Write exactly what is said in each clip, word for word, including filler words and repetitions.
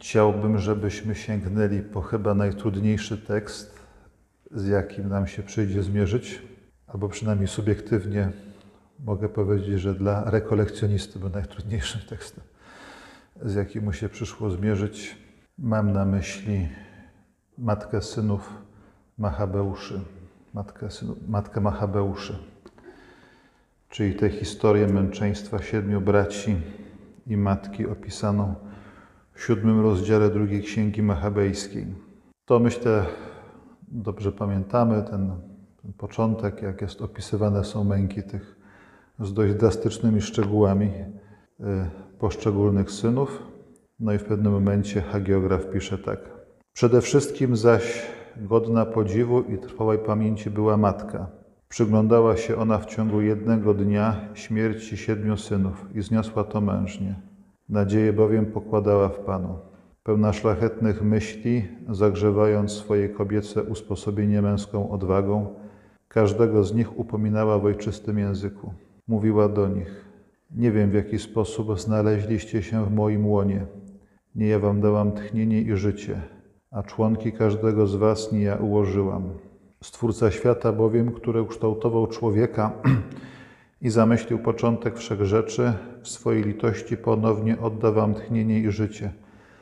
Chciałbym, żebyśmy sięgnęli po chyba najtrudniejszy tekst, z jakim nam się przyjdzie zmierzyć, albo przynajmniej subiektywnie mogę powiedzieć, że dla rekolekcjonisty był najtrudniejszym tekstem, z jakim mu się przyszło zmierzyć. Mam na myśli matkę synów Machabeuszy, matkę, synu, matkę Machabeuszy, czyli tę historię męczeństwa siedmiu braci i matki opisaną w siódmym rozdziale drugiej Księgi Machabejskiej. To, myślę, dobrze pamiętamy, ten, ten początek, jak jest opisywane są męki tych z dość drastycznymi szczegółami y, poszczególnych synów. No i w pewnym momencie hagiograf pisze tak. Przede wszystkim zaś godna podziwu i trwałej pamięci była matka. Przyglądała się ona w ciągu jednego dnia śmierci siedmiu synów i zniosła to mężnie. Nadzieję bowiem pokładała w Panu. Pełna szlachetnych myśli, zagrzewając swoje kobiece usposobienie męską odwagą, każdego z nich upominała w ojczystym języku. Mówiła do nich: nie wiem, w jaki sposób znaleźliście się w moim łonie. Nie ja wam dałam tchnienie i życie, a członki każdego z was nie ja ułożyłam. Stwórca świata bowiem, który ukształtował człowieka i zamyślił początek wszech rzeczy, w swojej litości ponownie odda wam tchnienie i życie,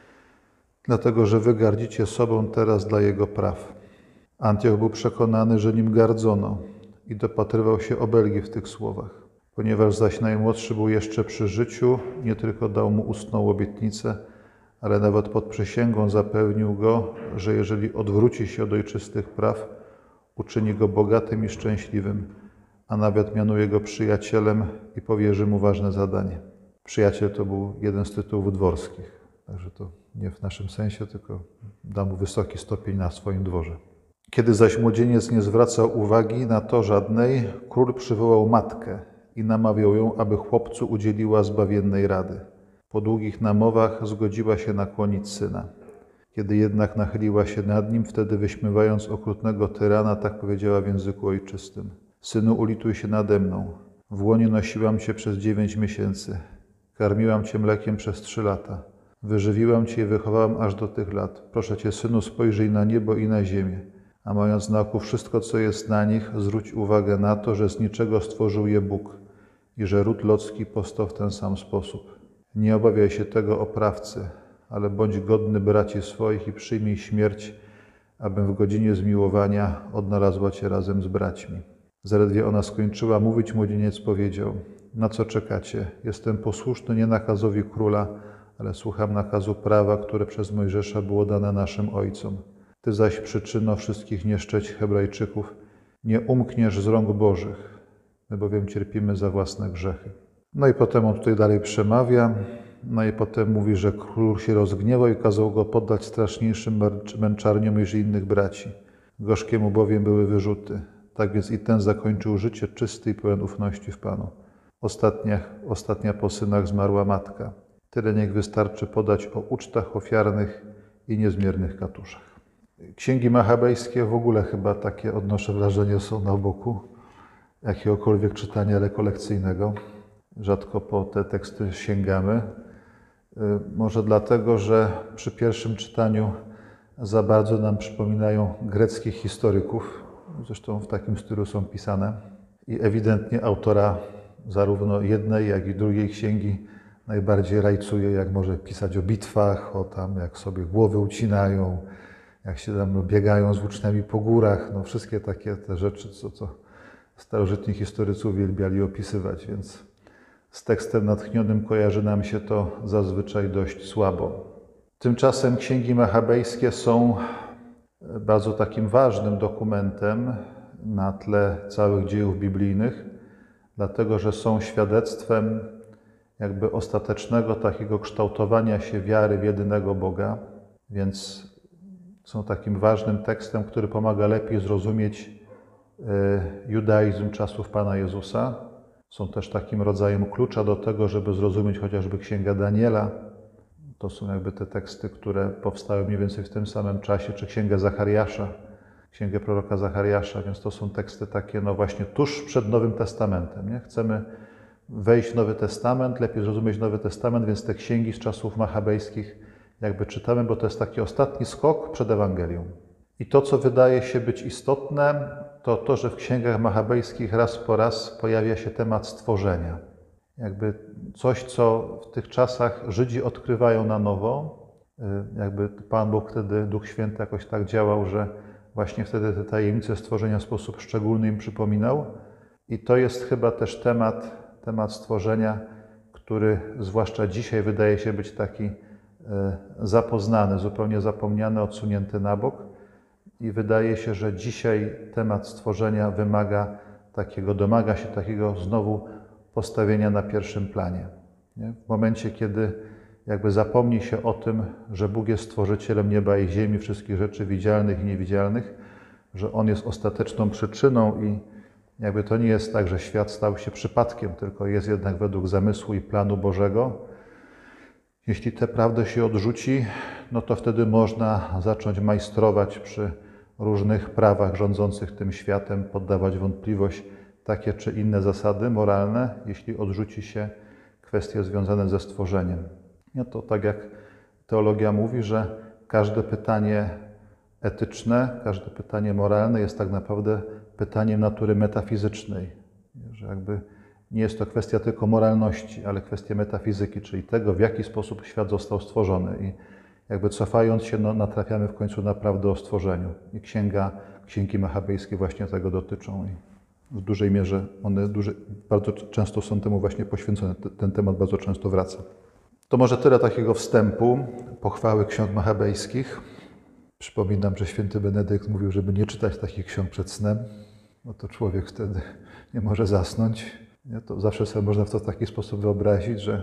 dlatego że wy gardzicie sobą teraz dla jego praw. Antioch był przekonany, że nim gardzono i dopatrywał się obelgi w tych słowach. Ponieważ zaś najmłodszy był jeszcze przy życiu, nie tylko dał mu ustną obietnicę, ale nawet pod przysięgą zapewnił go, że jeżeli odwróci się od ojczystych praw, uczyni go bogatym i szczęśliwym, a nawet mianuje go przyjacielem i powierzy mu ważne zadanie. Przyjaciel to był jeden z tytułów dworskich, także to nie w naszym sensie, tylko da mu wysoki stopień na swoim dworze. Kiedy zaś młodzieniec nie zwracał uwagi na to żadnej, król przywołał matkę i namawiał ją, aby chłopcu udzieliła zbawiennej rady. Po długich namowach zgodziła się nakłonić syna. Kiedy jednak nachyliła się nad nim, wtedy wyśmiewając okrutnego tyrana, tak powiedziała w języku ojczystym. Synu, ulituj się nade mną. W łonie nosiłam cię przez dziewięć miesięcy. Karmiłam cię mlekiem przez trzy lata. Wyżywiłam cię i wychowałam aż do tych lat. Proszę cię, synu, spojrzyj na niebo i na ziemię. A mając na oku wszystko, co jest na nich, zwróć uwagę na to, że z niczego stworzył je Bóg i że ród ludzki powstał w ten sam sposób. Nie obawiaj się tego oprawcy, ale bądź godny braci swoich i przyjmij śmierć, abym w godzinie zmiłowania odnalazła cię razem z braćmi. Zaledwie ona skończyła mówić, młodzieniec powiedział: na co czekacie? Jestem posłuszny nie nakazowi króla, ale słucham nakazu prawa, które przez Mojżesza było dane naszym ojcom. Ty zaś, przyczyno wszystkich nieszczęść Hebrajczyków, nie umkniesz z rąk Bożych. My bowiem cierpimy za własne grzechy. No i potem on tutaj dalej przemawia. No i potem mówi, że król się rozgniewał i kazał go poddać straszniejszym męczarniom niż innych braci. Gorzkiemu bowiem były wyrzuty. Tak więc i ten zakończył życie czysty i pełen ufności w Panu. Ostatnia, ostatnia po synach zmarła matka. Tyle niech wystarczy podać o ucztach ofiarnych i niezmiernych katuszach. Księgi machabejskie w ogóle chyba takie, odnoszę wrażenie, są na boku jakiegokolwiek czytania rekolekcyjnego. Rzadko po te teksty sięgamy. Może dlatego, że przy pierwszym czytaniu za bardzo nam przypominają greckich historyków, zresztą w takim stylu są pisane, i ewidentnie autora zarówno jednej, jak i drugiej księgi najbardziej rajcuje, jak może pisać o bitwach, o tam, jak sobie głowy ucinają, jak się tam biegają z włóczniami po górach, no wszystkie takie te rzeczy, co, co starożytni historycy uwielbiali opisywać, więc z tekstem natchnionym kojarzy nam się to zazwyczaj dość słabo. Tymczasem księgi machabejskie są bardzo takim ważnym dokumentem na tle całych dziejów biblijnych, dlatego że są świadectwem jakby ostatecznego takiego kształtowania się wiary w jedynego Boga, więc są takim ważnym tekstem, który pomaga lepiej zrozumieć judaizm czasów Pana Jezusa. Są też takim rodzajem klucza do tego, żeby zrozumieć chociażby Księgę Daniela. To są jakby te teksty, które powstały mniej więcej w tym samym czasie, czy Księgę Zachariasza, Księgę proroka Zachariasza, więc to są teksty takie, no właśnie tuż przed Nowym Testamentem. Nie? Chcemy wejść w Nowy Testament, lepiej zrozumieć Nowy Testament, więc te księgi z czasów machabejskich jakby czytamy, bo to jest taki ostatni skok przed Ewangelią. I to, co wydaje się być istotne, to to, że w księgach machabejskich raz po raz pojawia się temat stworzenia. Jakby coś, co w tych czasach Żydzi odkrywają na nowo. Jakby Pan Bóg wtedy, Duch Święty jakoś tak działał, że właśnie wtedy te tajemnice stworzenia w sposób szczególny im przypominał. I to jest chyba też temat, temat stworzenia, który zwłaszcza dzisiaj wydaje się być taki zapoznany, zupełnie zapomniany, odsunięty na bok. I wydaje się, że dzisiaj temat stworzenia wymaga takiego, domaga się takiego znowu postawienia na pierwszym planie. Nie? W momencie, kiedy jakby zapomni się o tym, że Bóg jest stworzycielem nieba i ziemi, wszystkich rzeczy widzialnych i niewidzialnych, że On jest ostateczną przyczyną i jakby to nie jest tak, że świat stał się przypadkiem, tylko jest jednak według zamysłu i planu Bożego. Jeśli tę prawdę się odrzuci, no to wtedy można zacząć majstrować przy różnych prawach rządzących tym światem, poddawać wątpliwość takie czy inne zasady moralne, jeśli odrzuci się kwestie związane ze stworzeniem. No to tak jak teologia mówi, że każde pytanie etyczne, każde pytanie moralne jest tak naprawdę pytaniem natury metafizycznej, że jakby nie jest to kwestia tylko moralności, ale kwestia metafizyki, czyli tego, w jaki sposób świat został stworzony. I jakby cofając się, no, natrafiamy w końcu na prawdę o stworzeniu. I księga, księgi machabejskie właśnie tego dotyczą. I w dużej mierze one duże, bardzo często są temu właśnie poświęcone. Ten temat bardzo często wraca. To może tyle takiego wstępu, pochwały ksiąg machabejskich. Przypominam, że święty Benedykt mówił, żeby nie czytać takich ksiąg przed snem, bo to człowiek wtedy nie może zasnąć. Nie? To zawsze sobie można w to w taki sposób wyobrazić, że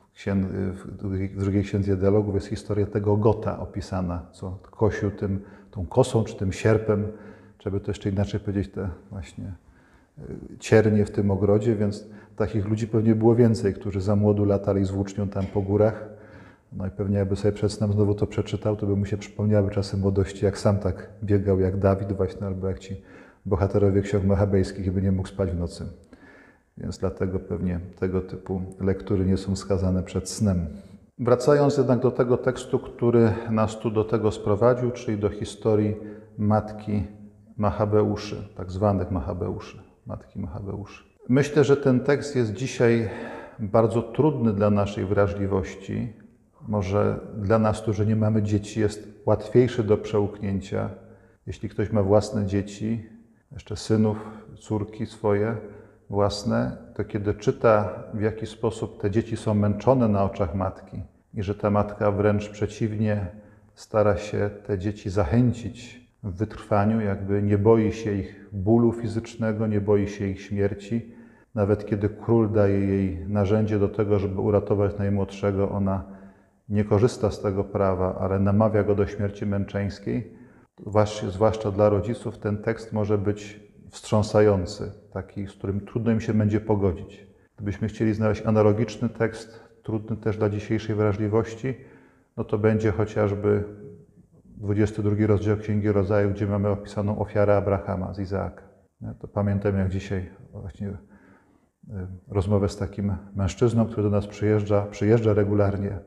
w drugiej księdze dialogów jest historia tego Gota opisana, co kosił tym, tą kosą czy tym sierpem, żeby to jeszcze inaczej powiedzieć, te właśnie ciernie w tym ogrodzie, więc takich ludzi pewnie było więcej, którzy za młodu latali z włócznią tam po górach. No i pewnie jakby sobie przed snem znowu to przeczytał, to by mu się przypomniały czasy młodości, jak sam tak biegał, jak Dawid właśnie, albo jak ci bohaterowie ksiąg machabejskich i by nie mógł spać w nocy. Więc dlatego pewnie tego typu lektury nie są wskazane przed snem. Wracając jednak do tego tekstu, który nas tu do tego sprowadził, czyli do historii matki Machabeuszy, tak zwanych Machabeuszy, matki Machabeuszy. Myślę, że ten tekst jest dzisiaj bardzo trudny dla naszej wrażliwości. Może dla nas, którzy nie mamy dzieci, jest łatwiejszy do przełknięcia. Jeśli ktoś ma własne dzieci, jeszcze synów, córki swoje własne, to kiedy czyta, w jaki sposób te dzieci są męczone na oczach matki i że ta matka wręcz przeciwnie stara się te dzieci zachęcić w wytrwaniu, jakby nie boi się ich bólu fizycznego, nie boi się ich śmierci. Nawet kiedy król daje jej narzędzie do tego, żeby uratować najmłodszego, ona nie korzysta z tego prawa, ale namawia go do śmierci męczeńskiej. Zwłaszcza dla rodziców ten tekst może być wstrząsający, taki, z którym trudno im się będzie pogodzić. Gdybyśmy chcieli znaleźć analogiczny tekst, trudny też dla dzisiejszej wrażliwości, no to będzie chociażby dwudziesty drugi rozdział Księgi Rodzaju, gdzie mamy opisaną ofiarę Abrahama z Izaaka. To pamiętam jak dzisiaj właśnie rozmowę z takim mężczyzną, który do nas przyjeżdża, przyjeżdża regularnie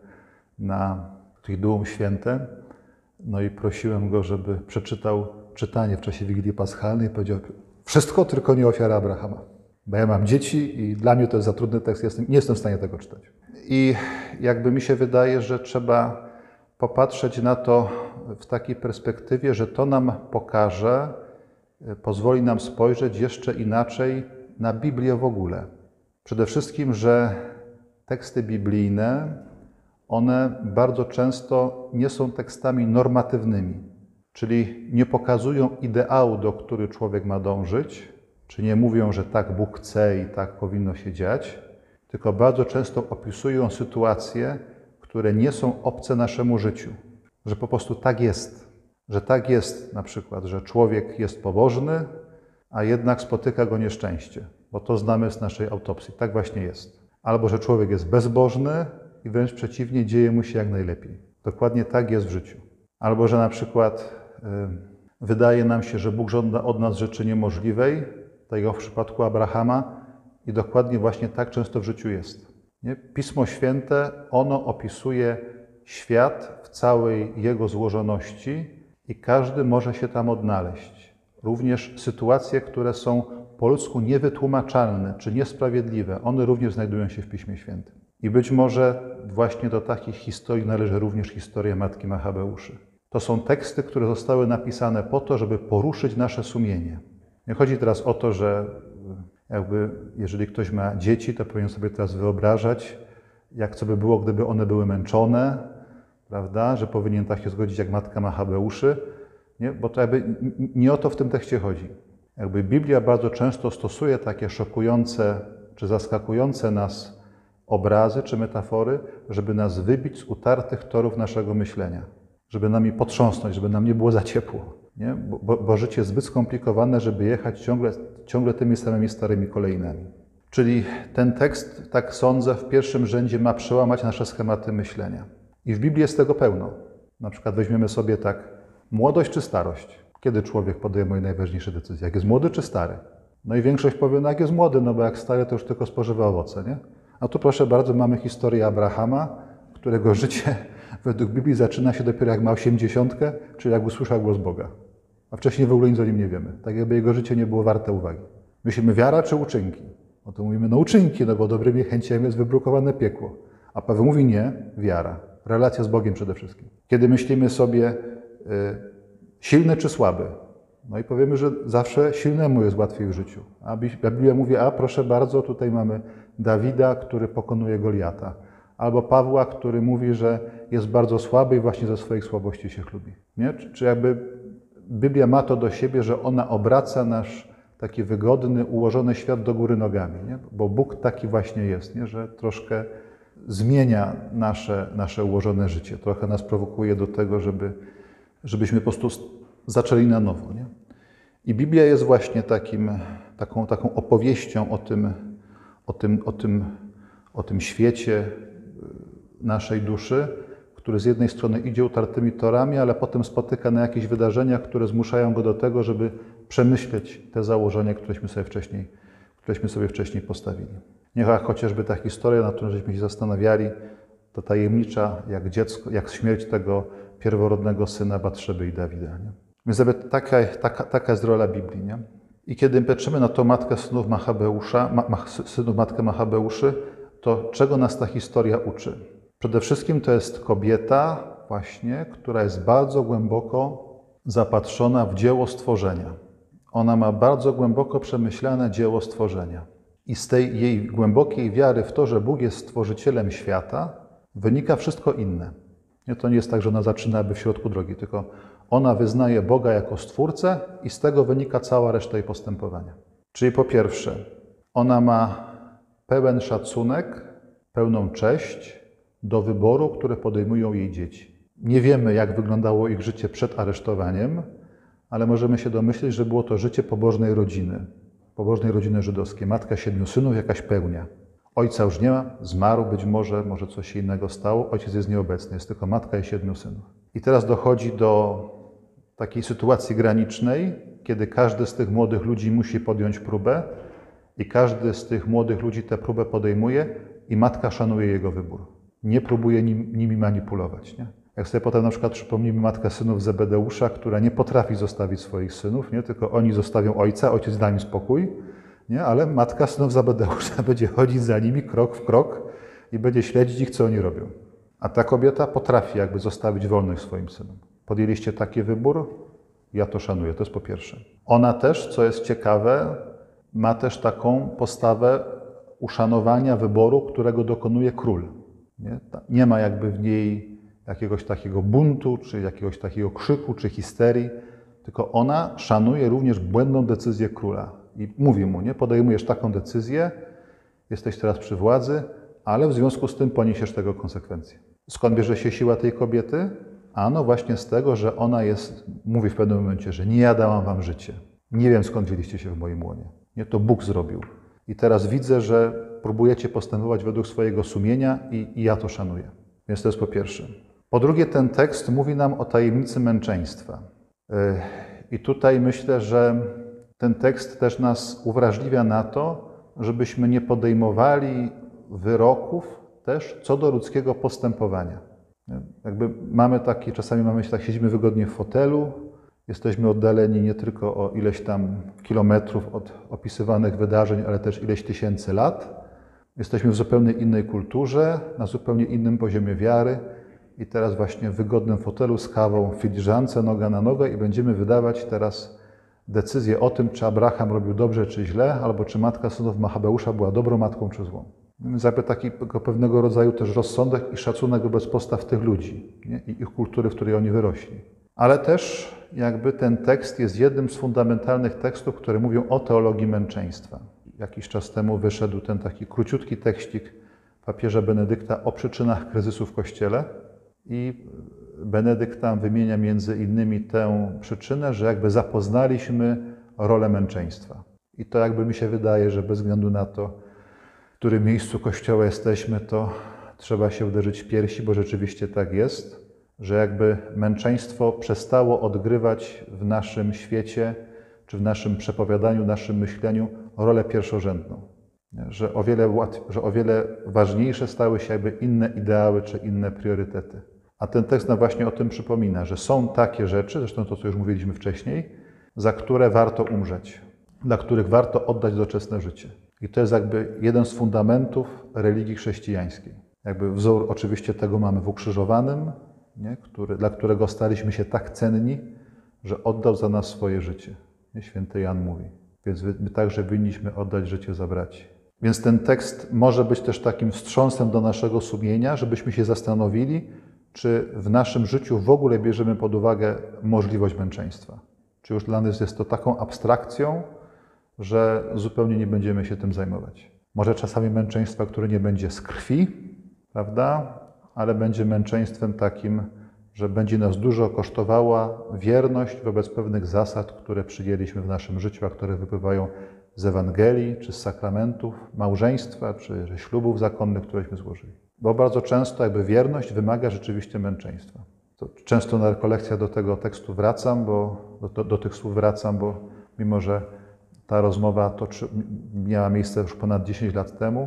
na Triduum Święte. No i prosiłem go, żeby przeczytał czytanie w czasie Wigilii Paschalnej i powiedział: wszystko, tylko nie ofiara Abrahama. Bo ja mam dzieci i dla mnie to jest za trudny tekst, jestem, nie jestem w stanie tego czytać. I jakby mi się wydaje, że trzeba popatrzeć na to w takiej perspektywie, że to nam pokaże, pozwoli nam spojrzeć jeszcze inaczej na Biblię w ogóle. Przede wszystkim, że teksty biblijne, one bardzo często nie są tekstami normatywnymi, czyli nie pokazują ideału, do którego człowiek ma dążyć, czy nie mówią, że tak Bóg chce i tak powinno się dziać, tylko bardzo często opisują sytuacje, które nie są obce naszemu życiu, że po prostu tak jest, że tak jest na przykład, że człowiek jest pobożny, a jednak spotyka go nieszczęście, bo to znamy z naszej autopsji, tak właśnie jest. Albo że człowiek jest bezbożny i wręcz przeciwnie, dzieje mu się jak najlepiej. Dokładnie tak jest w życiu. Albo że na przykład y, wydaje nam się, że Bóg żąda od nas rzeczy niemożliwej, tak jak w przypadku Abrahama, i dokładnie właśnie tak często w życiu jest. Nie? Pismo Święte, ono opisuje świat w całej jego złożoności i każdy może się tam odnaleźć. Również sytuacje, które są po ludzku niewytłumaczalne czy niesprawiedliwe, one również znajdują się w Piśmie Świętym. I być może właśnie do takich historii należy również historia Matki Machabeuszy. To są teksty, które zostały napisane po to, żeby poruszyć nasze sumienie. Nie chodzi teraz o to, że jakby jeżeli ktoś ma dzieci, to powinien sobie teraz wyobrażać, jak co by było, gdyby one były męczone, prawda, że powinien tak się zgodzić jak Matka Machabeuszy, nie? Bo to jakby nie o to w tym tekście chodzi. Jakby Biblia bardzo często stosuje takie szokujące czy zaskakujące nas obrazy czy metafory, żeby nas wybić z utartych torów naszego myślenia, żeby nami potrząsnąć, żeby nam nie było za ciepło, nie? Bo, bo, bo życie jest zbyt skomplikowane, żeby jechać ciągle, ciągle tymi samymi starymi kolejnami. Czyli ten tekst, tak sądzę, w pierwszym rzędzie ma przełamać nasze schematy myślenia. I w Biblii jest tego pełno. Na przykład weźmiemy sobie tak, młodość czy starość? Kiedy człowiek podejmuje najważniejsze decyzje? Jak jest młody czy stary? No i większość powie, no jak jest młody, no bo jak stary, to już tylko spożywa owoce, nie? A tu proszę bardzo, mamy historię Abrahama, którego życie według Biblii zaczyna się dopiero jak ma osiemdziesiątkę, czyli jak usłyszał głos Boga. A wcześniej w ogóle nic o nim nie wiemy. Tak jakby jego życie nie było warte uwagi. Myślimy, wiara czy uczynki? No to mówimy, no uczynki, no bo dobrymi chęciami jest wybrukowane piekło. A Paweł mówi nie, wiara. Relacja z Bogiem przede wszystkim. Kiedy myślimy sobie y, silny czy słaby, no i powiemy, że zawsze silnemu jest łatwiej w życiu. A Biblia mówi, a proszę bardzo, tutaj mamy Dawida, który pokonuje Goliata. Albo Pawła, który mówi, że jest bardzo słaby i właśnie ze swoich słabości się chlubi. Nie? Czy, czy jakby Biblia ma to do siebie, że ona obraca nasz taki wygodny, ułożony świat do góry nogami. Nie? Bo Bóg taki właśnie jest, nie? Że troszkę zmienia nasze, nasze ułożone życie. Trochę nas prowokuje do tego, żeby, żebyśmy po prostu zaczęli na nowo. Nie? I Biblia jest właśnie takim, taką, taką opowieścią o tym, o tym, o tym, o tym świecie naszej duszy, który z jednej strony idzie utartymi torami, ale potem spotyka na jakichś wydarzeniach, które zmuszają go do tego, żeby przemyśleć te założenia, któreśmy sobie wcześniej, któreśmy sobie wcześniej postawili. Niech chociażby ta historia, nad którą żeśmy się zastanawiali, to tajemnicza, jak dziecko, jak śmierć tego pierworodnego syna Batszeby i Dawida. Nie? Więc jakby taka, taka, taka jest rola Biblii. Nie? I kiedy patrzymy na tą matkę synów Machabeusza, ma, ma, synów matkę Machabeuszy, to czego nas ta historia uczy? Przede wszystkim to jest kobieta właśnie, która jest bardzo głęboko zapatrzona w dzieło stworzenia. Ona ma bardzo głęboko przemyślane dzieło stworzenia. I z tej jej głębokiej wiary w to, że Bóg jest stworzycielem świata, wynika wszystko inne. Nie, to nie jest tak, że ona zaczyna by w środku drogi, tylko ona wyznaje Boga jako Stwórcę i z tego wynika cała reszta jej postępowania. Czyli po pierwsze, ona ma pełen szacunek, pełną cześć do wyboru, które podejmują jej dzieci. Nie wiemy, jak wyglądało ich życie przed aresztowaniem, ale możemy się domyśleć, że było to życie pobożnej rodziny, pobożnej rodziny żydowskiej. Matka siedmiu synów, jakaś pełnia. Ojca już nie ma, zmarł być może, może coś się innego stało, ojciec jest nieobecny, jest tylko matka i siedmiu synów. I teraz dochodzi do takiej sytuacji granicznej, kiedy każdy z tych młodych ludzi musi podjąć próbę i każdy z tych młodych ludzi tę próbę podejmuje i matka szanuje jego wybór. Nie próbuje nim, nimi manipulować. Nie? Jak sobie potem na przykład przypomnimy matkę synów Zebedeusza, która nie potrafi zostawić swoich synów, nie? Tylko oni zostawią ojca, ojciec da im spokój, nie? Ale matka synów Zebedeusza będzie chodzić za nimi krok w krok i będzie śledzić ich, co oni robią. A ta kobieta potrafi jakby zostawić wolność swoim synom. Podjęliście taki wybór? Ja to szanuję, to jest po pierwsze. Ona też, co jest ciekawe, ma też taką postawę uszanowania wyboru, którego dokonuje król. Nie, nie ma jakby w niej jakiegoś takiego buntu, czy jakiegoś takiego krzyku, czy histerii, tylko ona szanuje również błędną decyzję króla. I mówi mu, nie, podejmujesz taką decyzję, jesteś teraz przy władzy, ale w związku z tym poniesiesz tego konsekwencje. Skąd bierze się siła tej kobiety? Ano właśnie z tego, że ona jest, mówi w pewnym momencie, że nie ja dałam wam życie. Nie wiem, skąd wzięliście się w moim łonie. Nie, to Bóg zrobił. I teraz widzę, że próbujecie postępować według swojego sumienia i, i ja to szanuję. Więc to jest po pierwsze. Po drugie, ten tekst mówi nam o tajemnicy męczeństwa. I tutaj myślę, że ten tekst też nas uwrażliwia na to, żebyśmy nie podejmowali wyroków też co do ludzkiego postępowania. Jakby mamy taki, czasami mamy, tak siedzimy wygodnie w fotelu, jesteśmy oddaleni nie tylko o ileś tam kilometrów od opisywanych wydarzeń, ale też ileś tysięcy lat. Jesteśmy w zupełnie innej kulturze, na zupełnie innym poziomie wiary i teraz właśnie w wygodnym fotelu z kawą w filiżance, noga na nogę i będziemy wydawać teraz decyzję o tym, czy Abraham robił dobrze, czy źle, albo czy matka synów Machabeusza była dobrą matką, czy złą. Więc jakby taki pewnego rodzaju też rozsądek i szacunek wobec postaw tych ludzi, nie? I ich kultury, w której oni wyrośli. Ale też jakby ten tekst jest jednym z fundamentalnych tekstów, które mówią o teologii męczeństwa. Jakiś czas temu wyszedł ten taki króciutki tekścik papieża Benedykta o przyczynach kryzysu w Kościele i Benedykt tam wymienia między innymi tę przyczynę, że jakby zapoznaliśmy rolę męczeństwa. I to jakby mi się wydaje, że bez względu na to, w którym miejscu Kościoła jesteśmy, to trzeba się uderzyć w piersi, bo rzeczywiście tak jest, że jakby męczeństwo przestało odgrywać w naszym świecie, czy w naszym przepowiadaniu, naszym myśleniu rolę pierwszorzędną. Że o wiele łatwiej, że o wiele ważniejsze stały się jakby inne ideały, czy inne priorytety. A ten tekst nam właśnie o tym przypomina, że są takie rzeczy, zresztą to, co już mówiliśmy wcześniej, za które warto umrzeć, dla których warto oddać doczesne życie. I to jest jakby jeden z fundamentów religii chrześcijańskiej. Jakby wzór oczywiście tego mamy w ukrzyżowanym, nie? Który, dla którego staliśmy się tak cenni, że oddał za nas swoje życie. Nie? Święty Jan mówi. Więc my także winniśmy oddać życie za braci. Więc ten tekst może być też takim wstrząsem do naszego sumienia, żebyśmy się zastanowili, czy w naszym życiu w ogóle bierzemy pod uwagę możliwość męczeństwa. Czy już dla nas jest to taką abstrakcją, że zupełnie nie będziemy się tym zajmować. Może czasami męczeństwa, które nie będzie z krwi, prawda? Ale będzie męczeństwem takim, że będzie nas dużo kosztowała wierność wobec pewnych zasad, które przyjęliśmy w naszym życiu, a które wypływają z Ewangelii, czy z sakramentów małżeństwa, czy ślubów zakonnych, któreśmy złożyli. Bo bardzo często jakby wierność wymaga rzeczywiście męczeństwa. To często na rekolekcjach do tego tekstu wracam, bo do, do, do tych słów wracam, bo mimo, że ta rozmowa to miała miejsce już ponad dziesięć lat temu,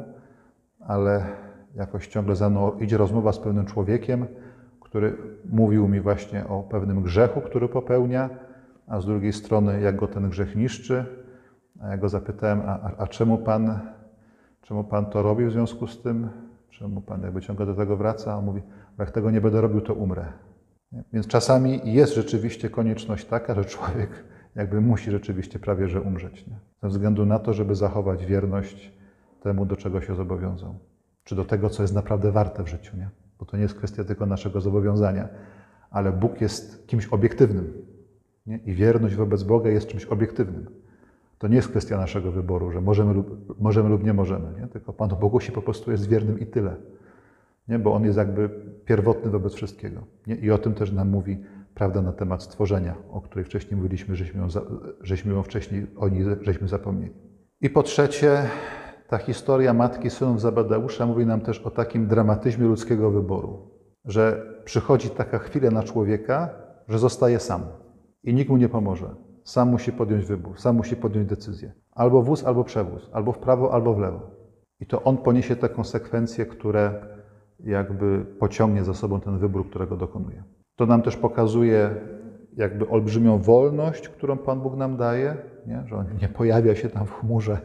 ale jakoś ciągle za mną idzie rozmowa z pewnym człowiekiem, który mówił mi właśnie o pewnym grzechu, który popełnia, a z drugiej strony jak go ten grzech niszczy. A ja go zapytałem, a, a, a czemu pan, czemu pan to robi w związku z tym? Czemu pan jakby ciągle do tego wraca? A on mówi, bo jak tego nie będę robił, to umrę. Nie? Więc czasami jest rzeczywiście konieczność taka, że człowiek jakby musi rzeczywiście prawie że umrzeć. Nie? Ze względu na to, żeby zachować wierność temu, do czego się zobowiązał. Czy do tego, co jest naprawdę warte w życiu. Nie? Bo to nie jest kwestia tylko naszego zobowiązania, ale Bóg jest kimś obiektywnym. Nie? I wierność wobec Boga jest czymś obiektywnym. To nie jest kwestia naszego wyboru, że możemy lub, możemy lub nie możemy, nie? Tylko Panu Bogu się po prostu jest wiernym i tyle. Nie? Bo On jest jakby pierwotny wobec wszystkiego. Nie? I o tym też nam mówi prawda na temat stworzenia, o której wcześniej mówiliśmy, żeśmy ją, żeśmy ją wcześniej o niej żeśmy zapomnieli. I po trzecie, ta historia matki synów Zebedeusza mówi nam też o takim dramatyzmie ludzkiego wyboru, że przychodzi taka chwila na człowieka, że zostaje sam i nikt mu nie pomoże. Sam musi podjąć wybór, sam musi podjąć decyzję. Albo wóz, albo przewóz, albo w prawo, albo w lewo. I to on poniesie te konsekwencje, które jakby pociągnie za sobą ten wybór, którego dokonuje. To nam też pokazuje jakby olbrzymią wolność, którą Pan Bóg nam daje, nie? Że On nie pojawia się tam w chmurze,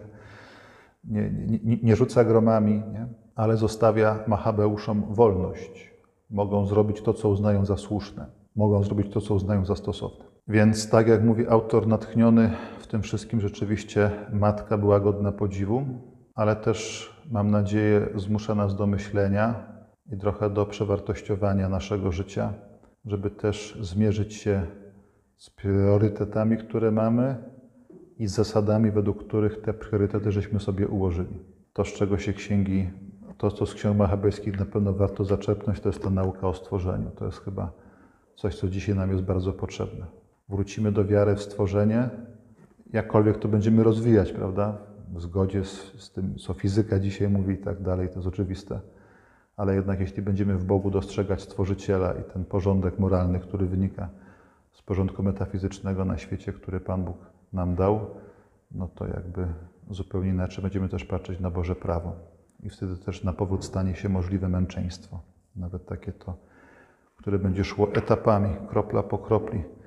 nie, nie, nie rzuca gromami, nie? Ale zostawia Machabeuszom wolność. Mogą zrobić to, co uznają za słuszne. Mogą zrobić to, co uznają za stosowne. Więc tak jak mówi autor natchniony w tym wszystkim, rzeczywiście matka była godna podziwu, ale też mam nadzieję zmusza nas do myślenia i trochę do przewartościowania naszego życia, żeby też zmierzyć się z priorytetami, które mamy i z zasadami, według których te priorytety żeśmy sobie ułożyli. To, z czego się księgi, to co z ksiąg machabejskich na pewno warto zaczerpnąć, to jest ta nauka o stworzeniu. To jest chyba coś, co dzisiaj nam jest bardzo potrzebne. Wrócimy do wiary w stworzenie, jakkolwiek to będziemy rozwijać, prawda? W zgodzie z, z tym, co fizyka dzisiaj mówi i tak dalej, to jest oczywiste. Ale jednak jeśli będziemy w Bogu dostrzegać Stworzyciela i ten porządek moralny, który wynika z porządku metafizycznego na świecie, który Pan Bóg nam dał, no to jakby zupełnie inaczej będziemy też patrzeć na Boże prawo. I wtedy też na powrót stanie się możliwe męczeństwo. Nawet takie to które będzie szło etapami, kropla po kropli.